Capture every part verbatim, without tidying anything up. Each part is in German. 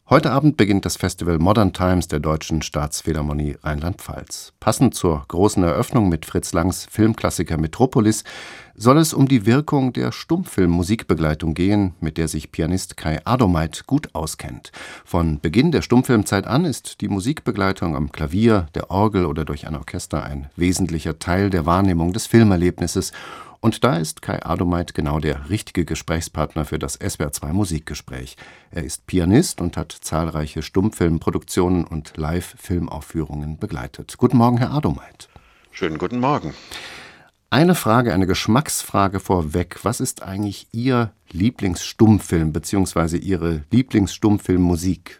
Heute Abend beginnt das Festival Modern Times der Deutschen Staatsphilharmonie Rheinland-Pfalz. Passend zur großen Eröffnung mit Fritz Langs Filmklassiker Metropolis soll es um die Wirkung der Stummfilm-Musikbegleitung gehen, mit der sich Pianist Kai Adomait gut auskennt. Von Beginn der Stummfilmzeit an ist die Musikbegleitung am Klavier, der Orgel oder durch ein Orchester ein wesentlicher Teil der Wahrnehmung des Filmerlebnisses. Und da ist Kai Adomait genau der richtige Gesprächspartner für das S W R zwei Musikgespräch. Er ist Pianist und hat zahlreiche Stummfilmproduktionen und Live-Filmaufführungen begleitet. Guten Morgen, Herr Adomait. Schönen guten Morgen. Eine Frage, eine Geschmacksfrage vorweg. Was ist eigentlich Ihr Lieblingsstummfilm bzw. Ihre Lieblingsstummfilmmusik?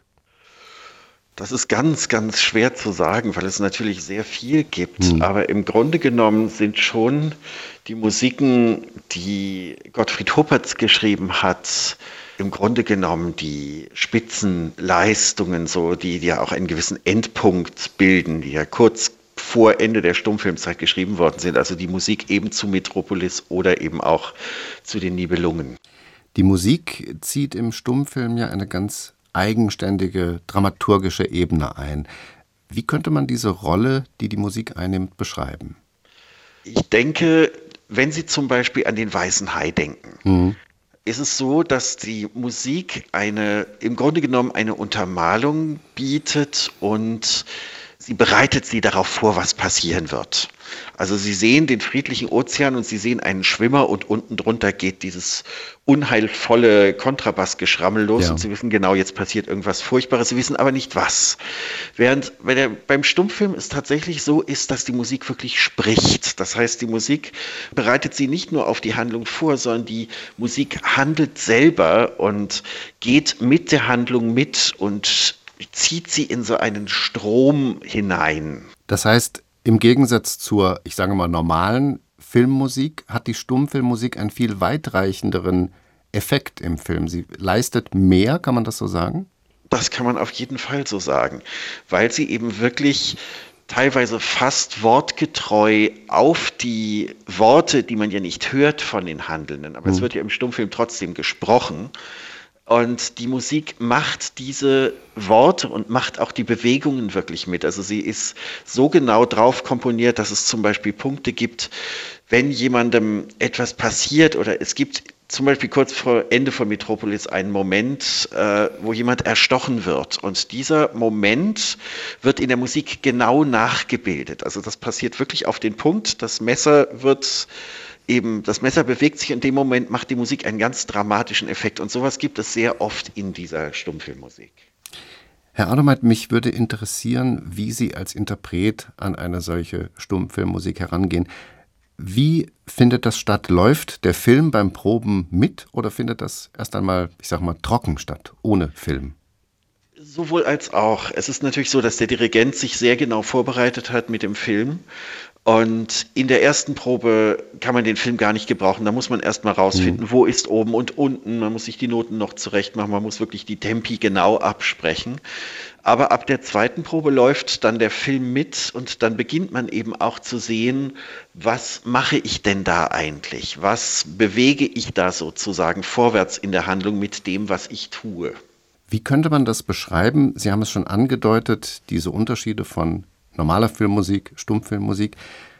Das ist ganz, ganz schwer zu sagen, weil es natürlich sehr viel gibt. Hm. Aber im Grunde genommen sind schon die Musiken, die Gottfried Huppertz geschrieben hat, im Grunde genommen die Spitzenleistungen, so, die, die ja auch einen gewissen Endpunkt bilden, die ja kurz vor Ende der Stummfilmzeit geschrieben worden sind. Also die Musik eben zu Metropolis oder eben auch zu den Nibelungen. Die Musik zieht im Stummfilm ja eine ganz eigenständige dramaturgische Ebene ein. Wie könnte man diese Rolle, die die Musik einnimmt, beschreiben? Ich denke, wenn Sie zum Beispiel an den Weißen Hai denken, mhm. ist es so, dass die Musik eine, im Grunde genommen eine Untermalung bietet und sie bereitet Sie darauf vor, was passieren wird. Also Sie sehen den friedlichen Ozean und Sie sehen einen Schwimmer und unten drunter geht dieses unheilvolle Kontrabassgeschrammel los, ja. Und Sie wissen genau, jetzt passiert irgendwas Furchtbares, Sie wissen aber nicht was. Während bei der, beim Stummfilm es tatsächlich so ist, dass die Musik wirklich spricht. Das heißt, die Musik bereitet Sie nicht nur auf die Handlung vor, sondern die Musik handelt selber und geht mit der Handlung mit und zieht sie in so einen Strom hinein. Das heißt, im Gegensatz zur, ich sage mal, normalen Filmmusik hat die Stummfilmmusik einen viel weitreichenderen Effekt im Film. Sie leistet mehr, kann man das so sagen? Das kann man auf jeden Fall so sagen, weil sie eben wirklich teilweise fast wortgetreu auf die Worte, die man ja nicht hört von den Handelnden, aber hm. es wird ja im Stummfilm trotzdem gesprochen. Und die Musik macht diese Worte und macht auch die Bewegungen wirklich mit. Also sie ist so genau drauf komponiert, dass es zum Beispiel Punkte gibt, wenn jemandem etwas passiert oder es gibt zum Beispiel kurz vor Ende von Metropolis einen Moment, äh, wo jemand erstochen wird. Und dieser Moment wird in der Musik genau nachgebildet. Also das passiert wirklich auf den Punkt. Das Messer wird Eben, das Messer bewegt sich, in dem Moment macht die Musik einen ganz dramatischen Effekt. Und sowas gibt es sehr oft in dieser Stummfilmmusik. Herr Adomait, mich würde interessieren, wie Sie als Interpret an eine solche Stummfilmmusik herangehen. Wie findet das statt? Läuft der Film beim Proben mit oder findet das erst einmal, ich sag mal, trocken statt, ohne Film? Sowohl als auch. Es ist natürlich so, dass der Dirigent sich sehr genau vorbereitet hat mit dem Film. Und in der ersten Probe kann man den Film gar nicht gebrauchen. Da muss man erst mal rausfinden, mhm. wo ist oben und unten. Man muss sich die Noten noch zurecht machen. Man muss wirklich die Tempi genau absprechen. Aber ab der zweiten Probe läuft dann der Film mit und dann beginnt man eben auch zu sehen, was mache ich denn da eigentlich? Was bewege ich da sozusagen vorwärts in der Handlung mit dem, was ich tue? Wie könnte man das beschreiben? Sie haben es schon angedeutet, diese Unterschiede von normaler Filmmusik, Stummfilmmusik.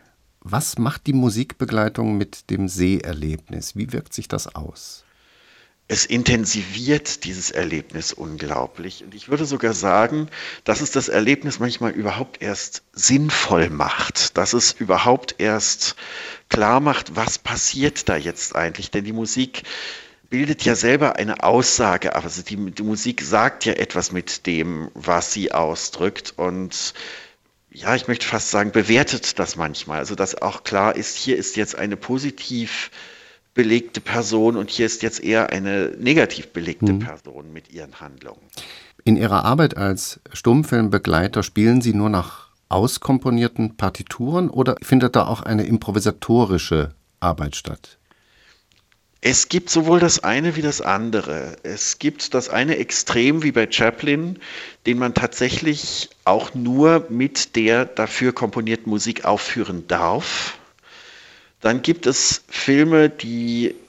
Was macht die Musikbegleitung mit dem Seherlebnis? Wie wirkt sich das aus? Es intensiviert dieses Erlebnis unglaublich. Und ich würde sogar sagen, dass es das Erlebnis manchmal überhaupt erst sinnvoll macht. Dass es überhaupt erst klar macht, was passiert da jetzt eigentlich. Denn die Musik bildet ja selber eine Aussage, aber also die, die Musik sagt ja etwas mit dem, was sie ausdrückt und ja, ich möchte fast sagen, bewertet das manchmal. Also dass auch klar ist, hier ist jetzt eine positiv belegte Person und hier ist jetzt eher eine negativ belegte mhm. Person mit ihren Handlungen. In Ihrer Arbeit als Stummfilmbegleiter spielen Sie nur nach auskomponierten Partituren oder findet da auch eine improvisatorische Arbeit statt? Es gibt sowohl das eine wie das andere. Es gibt das eine Extrem wie bei Chaplin, den man tatsächlich auch nur mit der dafür komponierten Musik aufführen darf. Dann gibt es Filme, die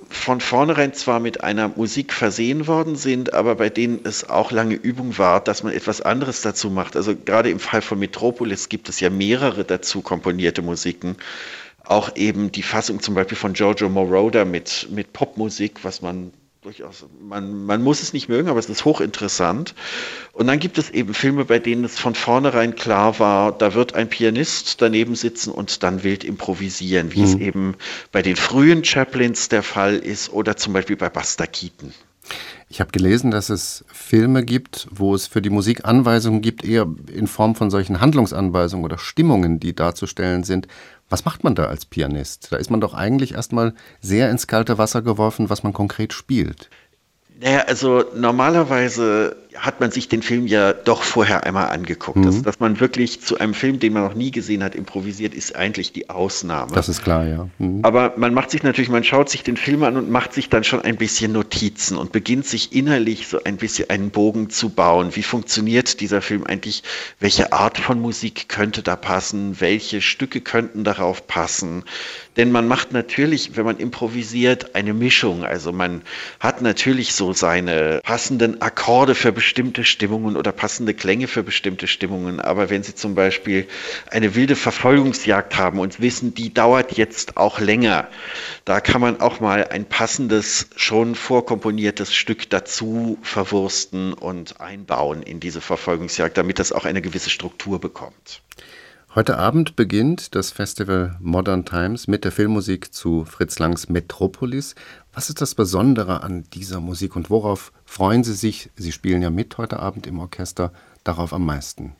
von vornherein zwar mit einer Musik versehen worden sind, aber bei denen es auch lange Übung war, dass man etwas anderes dazu macht. Also gerade im Fall von Metropolis gibt es ja mehrere dazu komponierte Musiken. Auch eben die Fassung zum Beispiel von Giorgio Moroder mit, mit Popmusik, was man durchaus, man, man muss es nicht mögen, aber es ist hochinteressant. Und dann gibt es eben Filme, bei denen es von vornherein klar war, da wird ein Pianist daneben sitzen und dann wild improvisieren, wie mhm. es eben bei den frühen Chaplins der Fall ist oder zum Beispiel bei Buster Keaton. Ich habe gelesen, dass es Filme gibt, wo es für die Musik Anweisungen gibt, eher in Form von solchen Handlungsanweisungen oder Stimmungen, die darzustellen sind. Was macht man da als Pianist? Da ist man doch eigentlich erstmal sehr ins kalte Wasser geworfen, was man konkret spielt. Naja, also normalerweise hat man sich den Film ja doch vorher einmal angeguckt. Mhm. Das, dass man wirklich zu einem Film, den man noch nie gesehen hat, improvisiert, ist eigentlich die Ausnahme. Das ist klar, ja. Mhm. Aber man macht sich natürlich, man schaut sich den Film an und macht sich dann schon ein bisschen Notizen und beginnt sich innerlich so ein bisschen einen Bogen zu bauen. Wie funktioniert dieser Film eigentlich? Welche Art von Musik könnte da passen? Welche Stücke könnten darauf passen? Denn man macht natürlich, wenn man improvisiert, eine Mischung. Also man hat natürlich so seine passenden Akkorde für bestimmte Stimmungen oder passende Klänge für bestimmte Stimmungen. Aber wenn Sie zum Beispiel eine wilde Verfolgungsjagd haben und wissen, die dauert jetzt auch länger, da kann man auch mal ein passendes, schon vorkomponiertes Stück dazu verwursten und einbauen in diese Verfolgungsjagd, damit das auch eine gewisse Struktur bekommt. Heute Abend beginnt das Festival Modern Times mit der Filmmusik zu Fritz Langs Metropolis. Was ist das Besondere an dieser Musik und worauf freuen Sie sich, Sie spielen ja mit heute Abend im Orchester, darauf am meisten?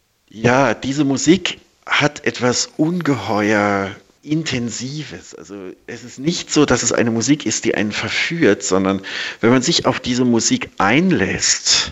Ja, diese Musik hat etwas ungeheuer Intensives. Also es ist nicht so, dass es eine Musik ist, die einen verführt, sondern wenn man sich auf diese Musik einlässt,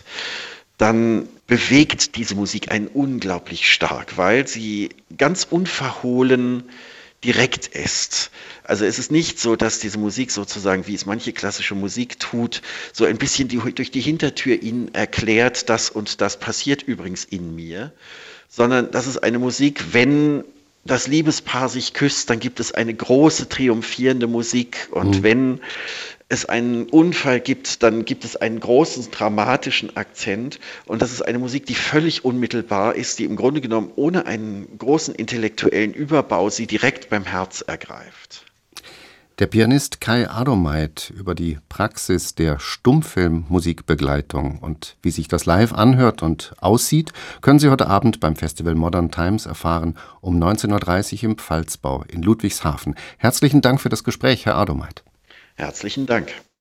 dann bewegt diese Musik einen unglaublich stark, weil sie ganz unverhohlen direkt ist. Also es ist nicht so, dass diese Musik sozusagen, wie es manche klassische Musik tut, so ein bisschen die, durch die Hintertür Ihnen erklärt, das und das passiert übrigens in mir, sondern das ist eine Musik, wenn das Liebespaar sich küsst, dann gibt es eine große triumphierende Musik und mhm. wenn es einen Unfall gibt, dann gibt es einen großen dramatischen Akzent und das ist eine Musik, die völlig unmittelbar ist, die im Grunde genommen ohne einen großen intellektuellen Überbau sie direkt beim Herz ergreift. Der Pianist Kai Adomait über die Praxis der Stummfilmmusikbegleitung und wie sich das live anhört und aussieht, können Sie heute Abend beim Festival Modern Times erfahren, um neunzehn Uhr dreißig im Pfalzbau in Ludwigshafen. Herzlichen Dank für das Gespräch, Herr Adomait. Herzlichen Dank.